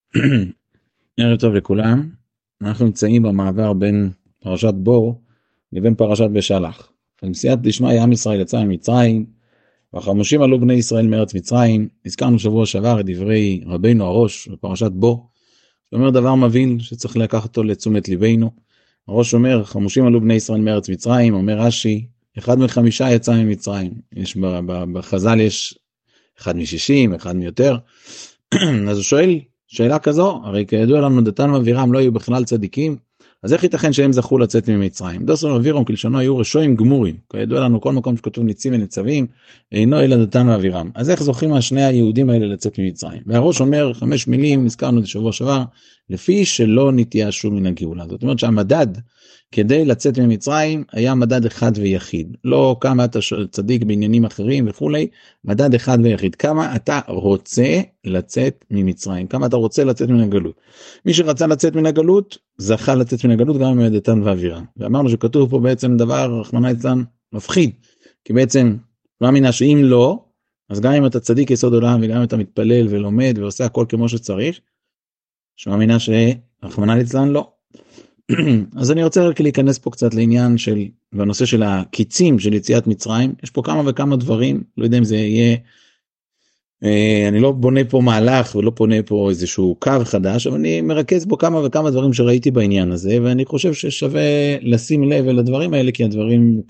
ערב טוב לכולם. אנחנו נמצאים במעבר בין פרשת בו לבין פרשת בשלח. במסייעתא דשמיא עם ישראל יצא ממצרים, והחמושים עלו בני ישראל מארץ מצרים. הזכרנו שבוע שעבר את דברי רבינו הראש בפרשת בו, שאומר דבר מבהיל שצריך לקחת אותו לתשומת ליבנו. הראש אומר חמושים עלו בני ישראל מארץ מצרים, אומר רש"י, אחד מחמישה יצא ממצרים. יש בחז"ל יש אחד מ-60, אחד מיותר. אז הוא שואל שאלה כזו, הרי כידוע לנו דתן ואבירם לא היו בכלל צדיקים, אז איך ייתכן שהם זכו לצאת ממצרים? דתן ואבירם כלשונו היו רשעים גמורים, כידוע לנו כל מקום שכתוב ניצים וניצבים אינו אלא דתן ואבירם. אז איך זוכים השני היהודים האלה לצאת ממצרים? והראש אומר 5 מילים, הזכרנו את זה שבוע שעבר, לפי שלא נתייאשו מן הגאולה. זאת אומרת שהמדד כדי לצאת ממצרים היה מדד אחד ויחיד, לא כמה אתה צדיק בעניינים אחרים וכולי, מדד אחד ויחיד, כמה אתה רוצה לצאת ממצרים, כמה אתה רוצה לצאת מן הגלות. מי שרצה לצאת מן הגלות זכה לצאת מן הגלות גם עם דתן ואבירם. ואמרנו שכתוב פה בעצם דבר רחמנא ליצלן מפחיד, כי בעצם מאמינה שאם לא, אז גם אם אתה צדיק יסוד עולם וגם אם אתה מתפלל ולומד ועושה הכל כמו שצריך, שמאמינה שרחמנא ליצלן לא. אז אני רוצה רק להיכנס פה קצת לעניין של, בנושא של הקיצים של יציאת מצרים. יש פה כמה וכמה דברים, לא יודע אם זה יהיה, אני לא בונה פה מהלך ולא בונה פה איזשהו קו חדש, אבל אני מרכז פה כמה וכמה דברים שראיתי בעניין הזה, ואני חושב ששווה לשים לב אל הדברים האלה, כי הדברים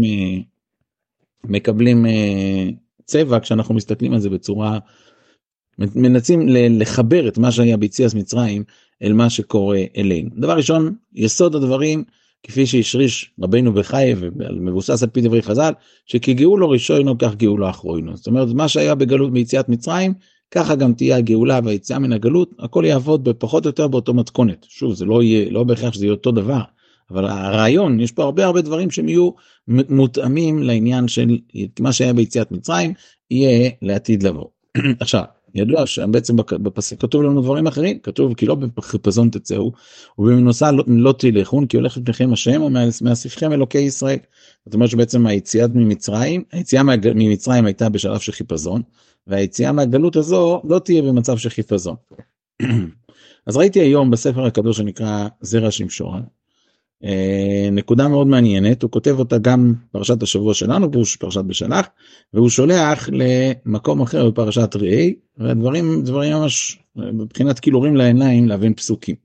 מקבלים צבע כשאנחנו מסתכלים על זה בצורה, מנסים לחבר את מה שהיה ביציאת מצרים אל מה שקורה אלינו. דבר ראשון, יסוד הדברים, כפי שהשריש רבינו בחי ומבוסס על פי דברי חז"ל, שכגאולו ראשונו כך גאולו אחרונו. זאת אומרת, מה שהיה בגלות ביציאת מצרים, ככה גם תהיה הגאולה והיציאה מן הגלות, הכל יעבוד בפחות או יותר באותו מתכונת. שוב, זה לא יהיה, לא בהכרח שזה יהיה אותו דבר, אבל הרעיון, יש פה הרבה דברים שהם יהיו מותאמים לעניין של מה שהיה ביציאת מצרים, יהיה לעתיד לבוא. עכשיו, ידוע שבעצם בפסוק כתוב לנו דברים אחרים, כתוב כי לא בחיפזון תצאו, ובמנוסה לא תלכון, כי הולך לפניכם השם, ומאספכם אלוקי ישראל. זאת אומרת שבעצם היציאה ממצרים הייתה בשלב של חיפזון, והיציאה מהגלות הזו לא תהיה במצב של חיפזון. אז ראיתי היום בספר הקדוש שנקרא זרע שמשון, נקודה מאוד מעניינת, הוא כותב אותה גם פרשת השבוע שלנו, פרשת בשלח, והוא שולח למקום אחר בפרשת ראי, והדברים ממש מבחינת כילורים לעיניים להבין פסוקים.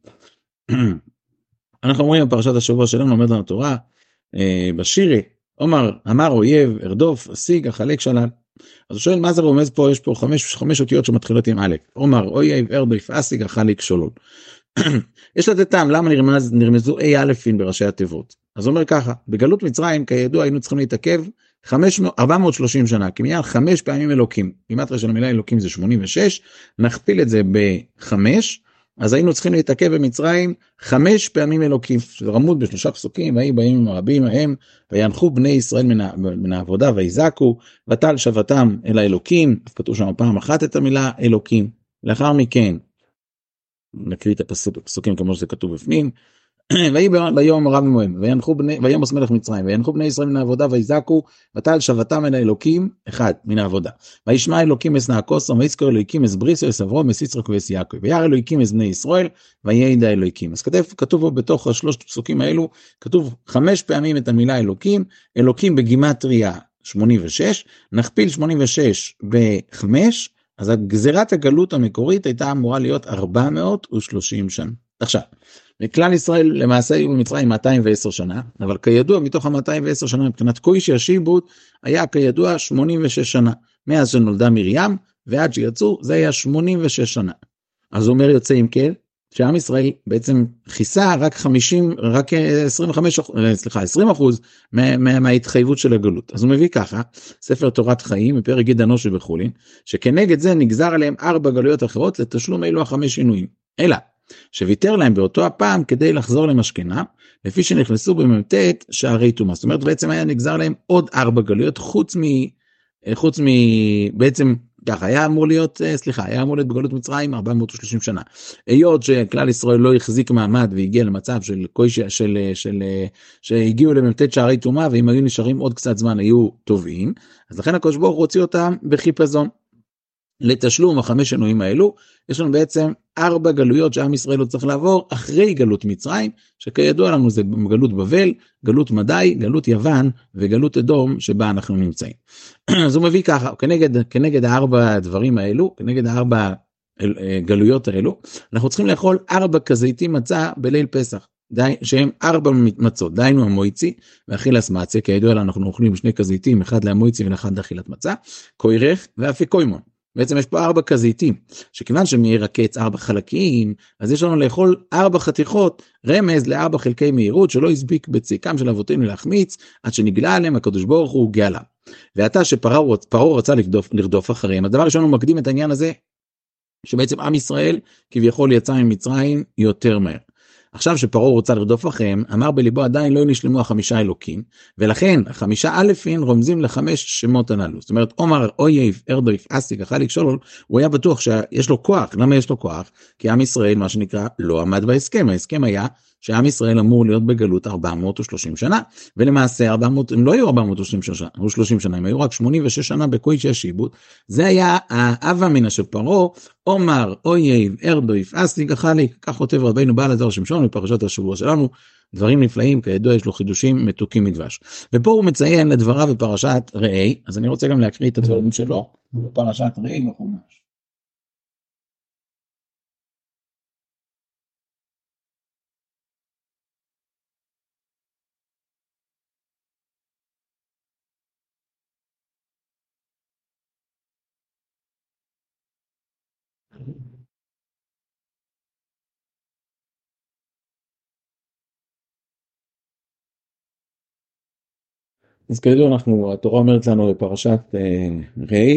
אנחנו אומרים בפרשת השבוע שלנו, אומרת לנו התורה, בשירי, אמר אויב, ארדוף, אשיג, אחלק שלל. אז הוא שואל מה זה רומז פה, יש פה 5 אותיות שמתחילות עם א', אומר אויב, ארדוף, אשיג, אחלק שלל. יש לתת טעם למה נרמזו א' בראשי התיבות. אז הוא אומר ככה, בגלות מצרים כידוע היינו צריכים להתעכב 430 שנה, כמניין 5 פעמים אלוקים, גימטריה של המילה אלוקים זה 86, נכפיל את זה ב5, אז היינו צריכים להתעכב במצרים 5 פעמים אלוקים, שזה רמוד ב3 פסוקים, והי באים הרבים ההם, וינחו בני ישראל מן העבודה ויזעקו, ותל שבתם אל האלוקים, כתוב שם פעם אחת את המילה אלוקים, לאחר מכן, נקריא את הפסוקים כמו שזה כתוב בפנים, ויהי ביום רב ממועד, וימוס מלך מצרים, וינחו בני ישראל מן העבודה ויזעקו, ותל שבתם אל האלוקים, אחד מן העבודה. וישמע אלוקים אס נעקוסם, ויזכור אלוקים אס בריסו, אס אברום, אס יצחק ואס יעקב, וירא אלוקים אס בני ישראל, וידע אלוקים. אז כתוב פה בתוך 3 הפסוקים האלו, כתוב 5 פעמים את המילה אלוקים, אלוקים בגימטריה 86, נכפיל 86 ב5, אז גזירת הגלות המקורית הייתה אמורה להיות 430 שנה. עכשיו, בכלל ישראל למעשה היו במצרים 210 שנה, אבל כידוע מתוך ה-210 שנה מבחינת קוישי השיבוט, היה כידוע 86 שנה. מאז שנולדה מרים ועד שיצאו זה היה 86 שנה. אז הוא אומר יוצא עם כן, שעם ישראל בעצם חיסה רק 20% מההתחייבות של הגלות. אז הוא מביא ככה, ספר תורת חיים, בפרק ג' אנוש וכולי, שכנגד זה נגזר עליהם 4 גלויות אחרות לתשלום אלו 5 שינויים. אלא, שוויתר להם באותו הפעם כדי לחזור למשכנה, לפי שנכנסו במ"ט שערי טומאה. זאת אומרת, בעצם היה נגזר להם עוד 4 גלויות, חוץ בעצם, ככה, היה אמור להיות בגלות מצרים 430 שנה. היות שכלל ישראל לא החזיק מעמד והגיע למצב שהגיעו למ"ט שערי טומאה, ואם היו נשארים עוד קצת זמן היו טובים, אז לכן הקדוש ברוך הוא הוציא אותם בחיפזון. לתשלום ה5 שינויים האלו, יש לנו בעצם 4 גלויות שעם ישראל לא צריך לעבור אחרי גלות מצרים, שכידוע לנו זה גלות בבל, גלות מדי, גלות יוון וגלות אדום שבה אנחנו נמצאים. אז הוא מביא ככה, כנגד 4 הדברים האלו, כנגד 4 גלויות האלו, אנחנו צריכים לאכול 4 כזיתים מצה בליל פסח, שהם 4 מצות, דיינו המויצי ואכילס מצה, כידוע לנו אנחנו אוכלים 2 כזיתים, אחד להמויצי ואחד לאכילת מצה, קוירך ואפיקוימון. בעצם יש פה 4 כזיתים, שכיוון שמאיר הקץ 4 חלקים, אז יש לנו לאכול 4 חתיכות, רמז ל4 חלקי מהירות, שלא הספיק בציקם של אבותינו להחמיץ, עד שנגלה עליהם הקדוש ברוך הוא גאלה. ועתה שפרעה רצה לרדוף אחריהם, הדבר ראשון הוא מקדים את העניין הזה, שבעצם עם ישראל כביכול יצא ממצרים יותר מהר. עכשיו שפרעה רוצה לרדוף אחריהם, אמר בליבו עדיין לא נשלמו 5 אלוקים, ולכן 5 אלפין רומזים ל5 שמות הללו. זאת אומרת, עומר, אויב, ארדויף, אסיק, החליק, שולול, הוא היה בטוח שיש לו כוח. למה יש לו כוח? כי עם ישראל, מה שנקרא, לא עמד בהסכם. ההסכם היה שעם ישראל אמור להיות בגלות 430 שנה, ולמעשה 400, הם לא היו 430 שנה, היו 30 שנה, הם היו רק 86 שנה בקויש השיבוט. זה היה האב אמינה של פרעה, עומר, אויב, ארדויף, אסיק, החליק, כך כותב רבינו בעל הזוהר שמשון בפרשת השבוע שלנו, דברים נפלאים, כידוע יש לו חידושים מתוקים מדבש. ופה הוא מציין לדבריו בפרשת ראה, אז אני רוצה גם להקריא את הדברים שלו, בפרשת ראה בחומש. אז כידוע התורה אומרת לנו בפרשת ראה,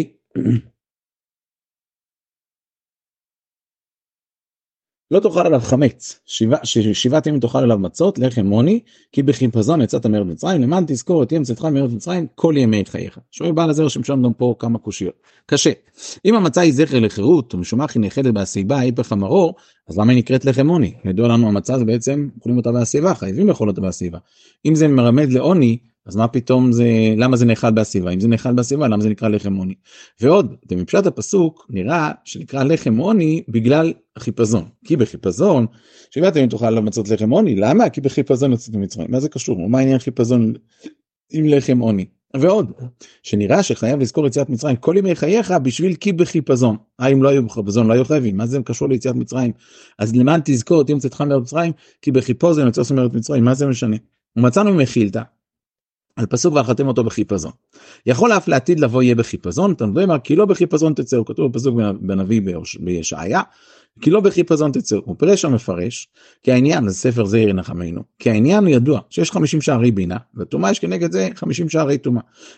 לא תאכל עליו חמץ, 7 ימים תאכל עליו מצות, לחם מוני, כי בחיפזון יצאת מארץ מצרים, למען תזכור את ים צאתך מארץ מצרים כל ימי חייך. שואל בעל הזוהר שמשון גם פה כמה קושיות. קשה. אם המצה היא זכר לחירות, ומשומך היא נאכלת בהסיבה, היפך המרור, אז למה היא נקראת לחם מוני? ידוע לנו המצה זה בעצם, אוכלים אותה בהסיבה, חייבים לאכול אותה בהסיבה. אם זה מרמד לעוני, אז מה פתאום למה זה נאכל בהסיבה? אם זה נאכל בהסיבה, למה זה נקרא לחם עוני? ועוד, מפשט הפסוק נראה שנקרא לחם עוני בגלל החיפזון. כי בחיפזון, 7 ימים תאכל עליו מצות לחם עוני, למה? כי בחיפזון יצאתם ממצרים. מה זה קשור? ומה העניין חיפזון עם לחם עוני? ועוד, שנראה שחייב לזכור יציאת מצרים כל ימי חייך בשביל כי בחיפזון. אם לא היו בחיפזון, לא היו חייבים. מה זה קשור ליציאת מצרים? אז למען תזכור את ים צאתך מארץ מצרים, כי בחיפזון יצאת מארץ מצרים. מה זה משנה? ומצאנו מחילתא על פסוק ואכלתם אותו בחיפזון. יכול אף לעתיד לבוא יהיה בחיפזון, אתה אומר, כי לא בחיפזון תצא, הוא כתוב בפסוק בנביא בישעיה, כי לא בחיפזון תצא, הוא פירש המפרש, כי העניין, זה ספר זעיר ינחמנו, כי העניין ידוע, שיש 50 שערי בינה, וטומאה יש כנגד זה 50 שערי טומאה.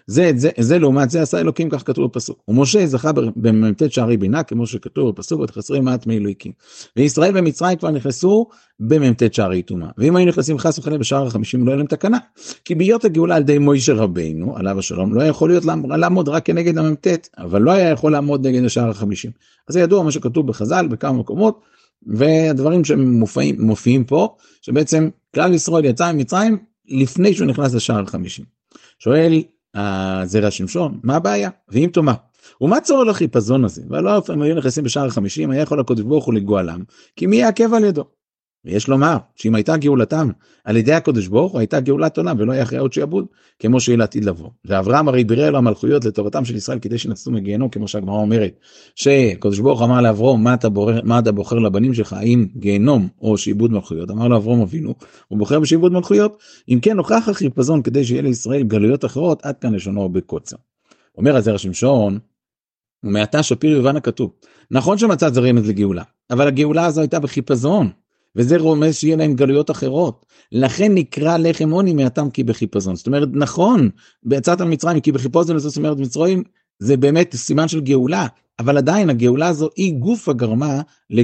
זה לעומת זה עשה אלוקים, כך כתוב בפסוק. ומשה זכה במ"ט שערי בינה, כמו שכתוב בפסוק, ותחסרי מעט מאלוהיקים. וישראל ומצרים כבר נכנסו במ"ט שערי טומאה. ואם היו נכנסים חס וחלילה בשער ה-50, לא היה להם תקנה. כי בהיות הגאולה על ידי מוישה רבינו, עליו השלום, לא יכול להיות לעמוד רק כנגד המ"ט, אבל לא היה יכול לעמוד נגד השער ה-50. אז זה ידוע מה שכתוב בחז"ל בכמה מקומות, והדברים שמופיעים פה, שבעצם כלל ישראל יצא ממצרים לפני שהוא נכנס לשער ה-50. שואל זרע שמשון, מה הבעיה? ואם תאמר, ומה צורך לחיפזון הזה? ולא אם היו נכנסים בשער ה-50, היה יכול הקדוש ברוך הוא לגואלם, כי מי יעכב על ידו? ויש לומר, שאם הייתה גאולתם על ידי הקדוש ברוך הוא, הייתה גאולת עולם, ולא היה אחרי עוד שיעבוד, כמו שיהיה לעתיד לבוא. ואברהם הרי בירר לו המלכויות לטובתם של ישראל, כדי שנצאו מגיהנום, כמו שהגמרא אומרת, שקדוש ברוך אמר לאברום, מה אתה בוחר לבנים שלך, האם גיהנום או שיעבוד מלכויות? אמר לו אברום אבינו, הוא בוחר בשיעבוד מלכויות, אם כן נוכח החיפזון, כדי שיהיה לישראל גלויות אחרות, עד כאן לשונו בקוצר. אומר הזרע שמשון, ומעתה שפיר יובן הכתוב. נכון שמצאת זה רמז לגאולה, אבל הגאולה הזו הייתה בחיפזון, וזה רומז שיהיה להם גלויות אחרות. לכן נקרא לחם עוני מעתם כי בחיפזון. זאת אומרת, נכון, ביצאת ממצרים כי בחיפזון, זאת אומרת מצרים, זה באמת סימן של גאולה, אבל עדיין הגאולה הזו היא גוף הגרמה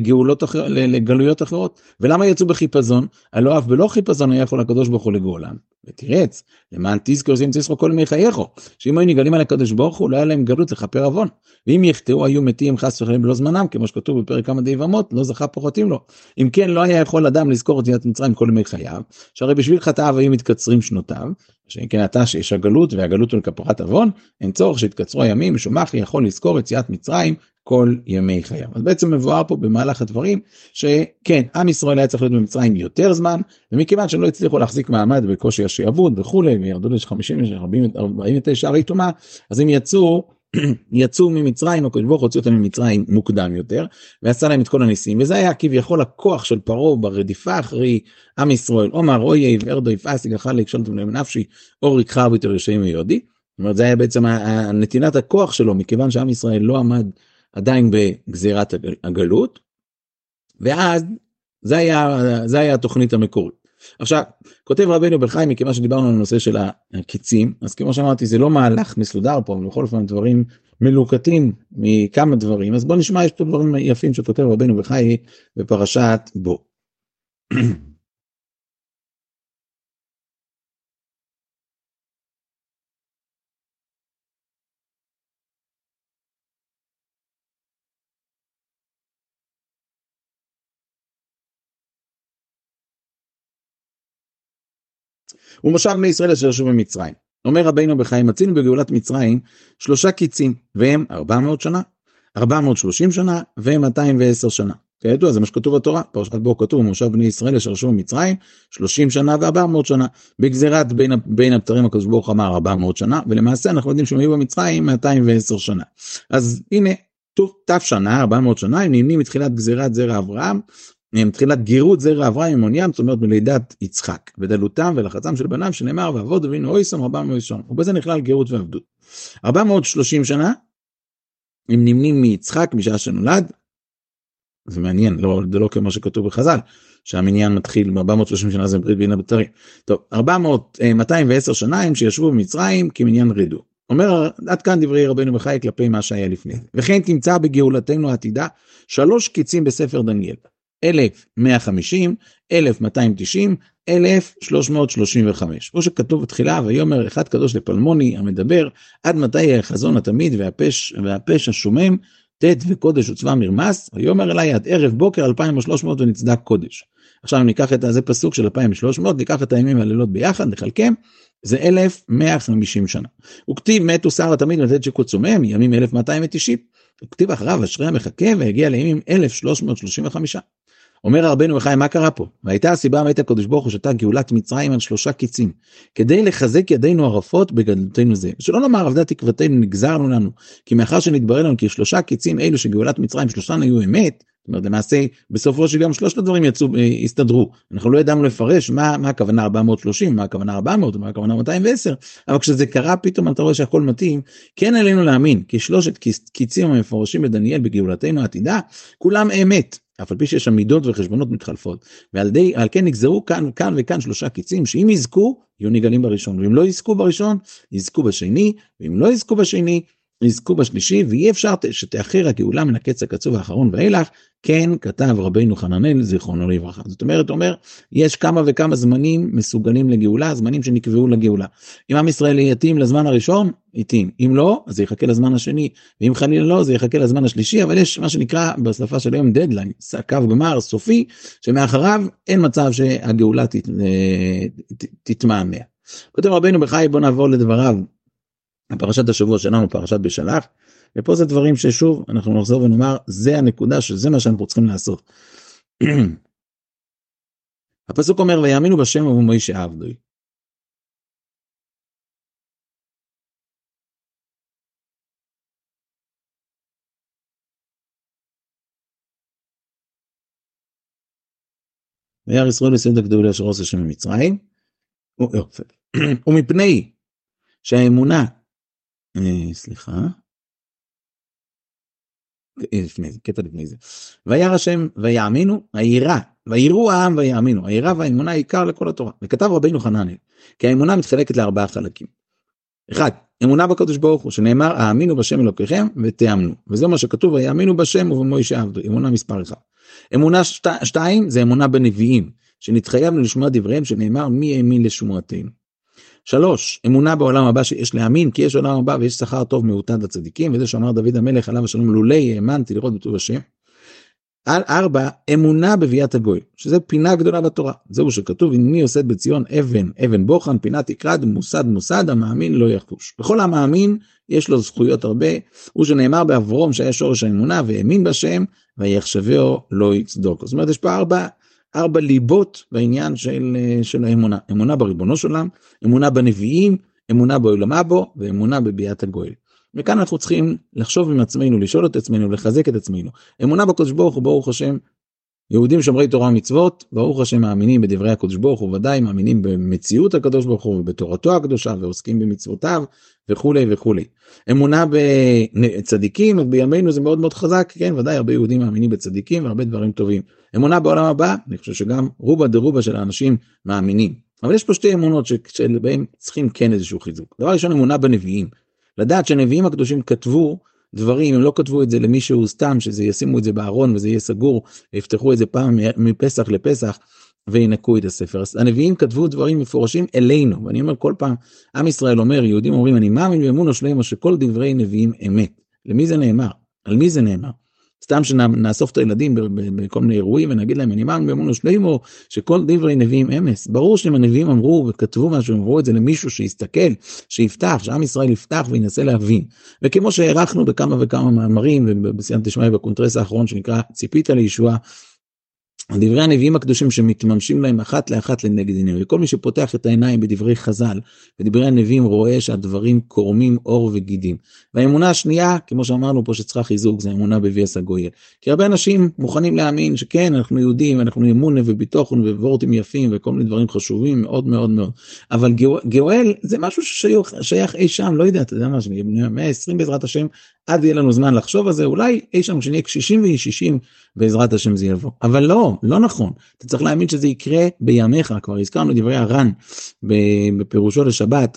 לגלויות אחרות. ולמה יצאו בחיפזון? הלא אף בלא חיפזון היה יכול הקדוש ברוך הוא לגאולם. ותירץ, למען תזכור זים תזכור כל ימי חייכו, שאם היו נגלים על הקדוש ברוך הוא, לא היה להם גלות לכפר עוון. ואם יחטאו היו מתים חס וחלילה בלא זמנם, כמו שכתוב בפרק כמה די ומות, לא זכה פוחתים לו. אם כן, לא היה יכול אדם לזכור את יציאת מצרים כל ימי חייו, שהרי בשביל חטאיו היו מתקצרים שנותיו, שכן עתה שיש הגלות והגלות הוא לכפרת עוון, אין צורך שהתקצרו הימים, משום מה יכול לזכור יציאת מצרים כל ימי חייו. אז בעצם מבואר פה במהלך הדברים שכן, עם ישראל היה צריך להיות במצרים יותר זמן, ומכיוון שלא הצליחו להחזיק מעמד בקושי השעבוד וכולי, וירדו ל-49 ערי טומאה, אז הם יצאו ממצרים, הקדוש ברוך הוא הוציא אותם ממצרים מוקדם יותר, ועשה להם את כל הניסים, וזה היה כביכול הכוח של פרעה ברדיפה אחרי עם ישראל, אומר אויב, ארדו יפעס, יגחל להקשלתם להם נפשי, אור יקחר ביתר ישעים ויהודי. זאת אומרת, זה היה בעצם נתינת הכוח שלו, מכיוון שעם ישראל לא עמד עדיין בגזירת הגלות, ואז זה היה התוכנית המקורית. עכשיו, כותב רבינו בן חיים, מכיוון שדיברנו על הנושא של הקיצים, אז כמו שאמרתי, זה לא מהלך מסודר פה, אבל בכל אופן דברים מלוקטים מכמה דברים, אז בואו נשמע, יש פה דברים יפים שכותב רבינו בן חיים בפרשת בו. ומושב בני ישראל אשר ישבו במצרים. אומר רבינו בחיים, מצינו בגאולת מצרים 3 קיצים, והם 400 שנה, 430 שנה, והם 210 שנה. כידוע, זה מה שכתוב בתורה, פרשת בו כתוב, ומושב בני ישראל אשר ישבו במצרים 30 שנה ו400 שנה. בגזירת בין הבתרים הקדוש ברוך הוא אמר 400 שנה, ולמעשה אנחנו יודעים שהם היו במצרים 210 שנה. אז הנה, תף שנה, 400 שנה, הם נמנים מתחילת גזירת זרע אברהם, מתחילת גירות זרע אברהם עם עוניים, זאת אומרת מלידת יצחק, ודלותם ולחצם של בניו, שנאמר ועבוד אבינו אויסום 400 שנה, ובזה נכלל גירות ועבדות. 430 שנה, הם נמנים מיצחק משעה שנולד, זה מעניין, זה לא כמו שכתוב בחז"ל, שהמניין מתחיל ב-430 שנה זה ברית בין הבתרים. טוב, 210 שנה הם שישבו במצרים כמניין רידו. אומר, עד כאן דברי רבינו בחי כלפי מה שהיה לפני. וכן תמצא בגאולתנו העתידה 3 קיצים בספר דניאל. 1150, 1290, 1335. כמו שכתוב בתחילה, ויאמר אחד קדוש לפלמוני המדבר, עד מתי יהיה החזון התמיד והפש השומם, תת וקודש וצבא מרמס, ויאמר אליי עד ערב בוקר 2300 ונצדק קודש. עכשיו ניקח את זה פסוק של 2300, ניקח את הימים והלילות ביחד, נחלקם, זה 1150 שנה. וכתיב מתו שר התמיד ותת שקוצומם, ימים 1290. וכתיב אחריו אשרי המחכה והגיע לימים 1335. אומר רבנו בחיים, מה קרה פה? והייתה הסיבה מאת הקדוש ברוך הוא שתה גאולת מצרים על 3 קיצים, כדי לחזק ידינו הרפות בגדלותנו זה. שלא נאמר עבדה תקוותנו נגזרנו לנו, כי מאחר שנתברר לנו כי 3 קיצים אלו שגאולת מצרים 3 היו אמת, זאת אומרת למעשה בסופו של יום 3 הדברים הסתדרו. אנחנו לא ידענו לפרש מה הכוונה 430, מה הכוונה 400, מה הכוונה 210, אבל כשזה קרה פתאום אתה רואה שהכל מתאים, כן עלינו להאמין, כי 3 קיצים המפורשים בדניאל בגאולתנו העתידה, כולם אמת. אף על פי שיש שם מידות וחשבונות מתחלפות, ועל כן נגזרו כאן וכאן 3 קיצים, שאם יזכו, יהיו נגלים בראשון, ואם לא יזכו בראשון, יזכו בשני, ואם לא יזכו בשני, יזכו בשלישי, ואי אפשר שתאחר הגאולה מן הקץ הקצוב האחרון ואילך, כן כתב רבינו חננאל זיכרונו לברכה. זאת אומרת, יש כמה וכמה זמנים מסוגלים לגאולה, זמנים שנקבעו לגאולה. אם עם ישראל יתאים לזמן הראשון, יתאים. אם לא, אז זה יחכה לזמן השני, ואם חלילה לא, זה יחכה לזמן השלישי, אבל יש מה שנקרא בשפה של היום דדליין, קו גמר סופי, שמאחריו אין מצב שהגאולה תתמהמה. כותב רבינו בחי, בוא נעבור לדבריו. הפרשת השבוע שלנו, פרשת בשלח, ופה זה דברים ששוב, אנחנו נחזור ונאמר, זה הנקודה שזה מה שאנחנו צריכים לעשות. הפסוק אומר, ויאמינו בשם ובמוישה עבדוי. וירא ישראל בסוד הגדולה אשר עושה שם ממצרים, ומפני שהאמונה, קטע לפני זה, וירא השם ויאמינו, ויראו העם ויאמינו, היראה והאמונה עיקר לכל התורה. וכתב רבינו חננאל, כי האמונה מתחלקת ל4 חלקים. 1, אמונה בקדוש ברוך הוא, שנאמר, האמינו בשם אלוקיכם ותאמנו. וזה מה שכתוב, ויאמינו בשם ובמוישה עבדו, אמונה מספר 1. אמונה 2, זה אמונה בנביאים, שנתחייבנו לשמוע דבריהם, שנאמר, מי האמין לשמועתנו. 3, אמונה בעולם הבא שיש להאמין, כי יש עולם הבא ויש שכר טוב מעוטד לצדיקים, וזה שאמר דוד המלך עליו השלום, לולי האמנתי לראות בטוב השם. 4, אמונה בביאת הגוי, שזה פינה גדולה בתורה. זהו שכתוב, הנני עושה בציון אבן בוחן, פינה תקרד, מוסד, המאמין לא יחוש. וכל המאמין יש לו זכויות הרבה, הוא שנאמר באברום שהיה שורש האמונה, והאמין בשם, ויחשבהו לא יצדוק. זאת אומרת, יש פה 4 ליבות בעניין של האמונה. אמונה בריבונו של עולם, אמונה בנביאים, אמונה בעולם הבא, ואמונה בביאת הגוי. וכאן אנחנו צריכים לחשוב עם עצמנו, לשאול את עצמנו, לחזק את עצמנו. אמונה בקדוש ברוך הוא, ברוך השם, יהודים שומרי תורה ומצוות, ברוך השם מאמינים בדברי הקדוש ברוך הוא, ודאי מאמינים במציאות הקדוש ברוך הוא, ובתורתו הקדושה, ועוסקים במצוותיו, וכו' וכו'. אמונה בצדיקים, בימינו זה מאוד מאוד חזק, כן, ודאי הרבה יהודים מאמינים בצדיקים, והרבה דברים טובים. אמונה בעולם הבא, אני חושב שגם רובה דרובה של האנשים מאמינים. אבל יש פה 2 אמונות שבהם צריכים כן איזשהו חיזוק. דבר ראשון, אמונה בנביאים. לדעת שהנביאים הקדושים כתבו דברים, הם לא כתבו את זה למישהו סתם, שזה ישימו את זה בארון וזה יהיה סגור, ויפתחו את זה פעם מפסח לפסח, וינקו את הספר. אז הנביאים כתבו דברים מפורשים אלינו, ואני אומר כל פעם, עם ישראל אומר, יהודים אומרים, אני מאמין באמונה שלמה שכל דברי נביאים אמת. למי זה נאמר? על מי זה נאמר? סתם שנאסוף את הילדים בכל מיני אירועים ונגיד להם, אני מאמין באמונה שלמה שכל דברי נביאים אמס. ברור שאם הנביאים אמרו וכתבו משהו, אמרו את זה למישהו שיסתכל, שיפתח, שעם ישראל יפתח וינסה להבין. וכמו שהערכנו בכמה וכמה מאמרים, ובסייעתא דשמיא בקונטרס האחרון שנקרא ציפית לישועה, דברי הנביאים הקדושים שמתממשים להם אחת לאחת לנגד עינינו, וכל מי שפותח את העיניים בדברי חז"ל, בדברי הנביאים רואה שהדברים קורמים אור וגידים. והאמונה השנייה, כמו שאמרנו פה שצריכה חיזוק, זה אמונה בביאת הגוי. כי הרבה אנשים מוכנים להאמין שכן, אנחנו יהודים, אנחנו אמונה וביטחון וורטים יפים וכל מיני דברים חשובים מאוד מאוד מאוד. אבל גאול זה משהו ששייך אי שם, לא יודע, אתה יודע מה, 120 בעזרת השם, עד יהיה לנו זמן לחשוב על זה, אולי אי שם שנהיה קשישים וישישים, בעזרת השם זה יבוא. אבל לא נכון. אתה צריך להאמין שזה יקרה בימיך. כבר הזכרנו דברי הר"ן בפירושו לשבת,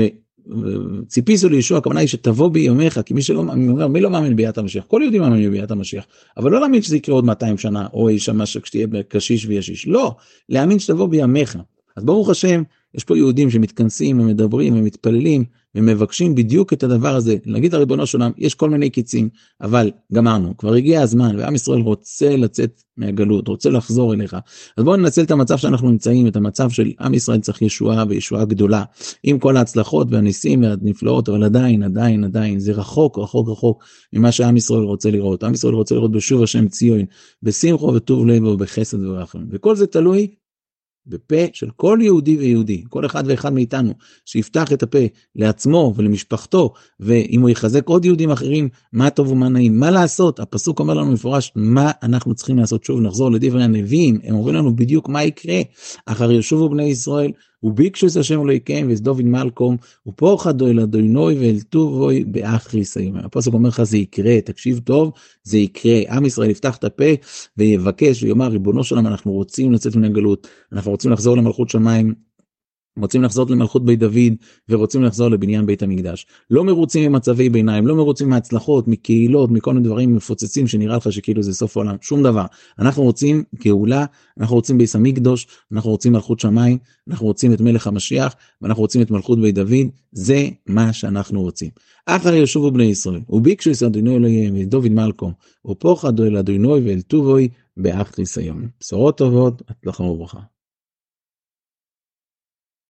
שציפיסו לישוע, הכוונה היא שתבוא בימיך, כי מי לא מאמין ביאת המשיח? כל יהודי מאמין ביאת המשיח. אבל לא להאמין שזה יקרה עוד 200 שנה, או אי שם שתהיה קשיש וישיש. לא, להאמין שתבוא בימיך. אז ברוך השם, יש פה יהודים שמתכנסים ומדברים ומתפללים ומבקשים בדיוק את הדבר הזה. להגיד הריבונו של עולם, יש כל מיני קיצים, אבל גמרנו, כבר הגיע הזמן, ועם ישראל רוצה לצאת מהגלות, רוצה לחזור אליך. אז בואו ננצל את המצב שאנחנו נמצאים, את המצב של עם ישראל צריך ישועה וישועה גדולה, עם כל ההצלחות והניסים והנפלאות, אבל עדיין, זה רחוק ממה שעם ישראל רוצה לראות. עם ישראל רוצה לראות בשוב השם ציון, בשמחו וטוב לב ובחסד ורחמים. וכל זה תלוי בפה של כל יהודי ויהודי, כל אחד ואחד מאיתנו, שיפתח את הפה לעצמו ולמשפחתו, ואם הוא יחזק עוד יהודים אחרים, מה טוב ומה נעים, מה לעשות? הפסוק אומר לנו מפורש, מה אנחנו צריכים לעשות. שוב נחזור לדברי הנביאים, הם אומרים לנו בדיוק מה יקרה, אחר ישובו בני ישראל, וביקשו את השם אלוהיכם ויסדוב עם מלקום, ופוחדו אל אדוני ואל טובוי באחריס היום. הפסוק אומר לך זה יקרה, תקשיב טוב, זה יקרה. עם ישראל יפתח את הפה ויבקש ויאמר, ריבונו שלנו, אנחנו רוצים לצאת מן הגלות, אנחנו רוצים לחזור למלכות שמיים, רוצים לחזור למלכות בית דוד, ורוצים לחזור לבניין בית המקדש. לא מרוצים ממצבי ביניים, לא מרוצים מהצלחות, מקהילות, מכל מיני דברים מפוצצים שנראה לך שכאילו זה סוף העולם, שום דבר. אנחנו רוצים גאולה, אנחנו רוצים בית המקדש, אנחנו רוצים מלכות שמיים, אנחנו רוצים את מלך המשיח, ואנחנו רוצים את מלכות בית דוד, זה מה שאנחנו רוצים. אחר ישובו בני ישראל, וביקשו את אדוני אלוהיהם ואת דוד מלכום, ופוחדו אל אדוני ואל טובוי באחריס היום. בשורות טובות, הצלחה וברכה.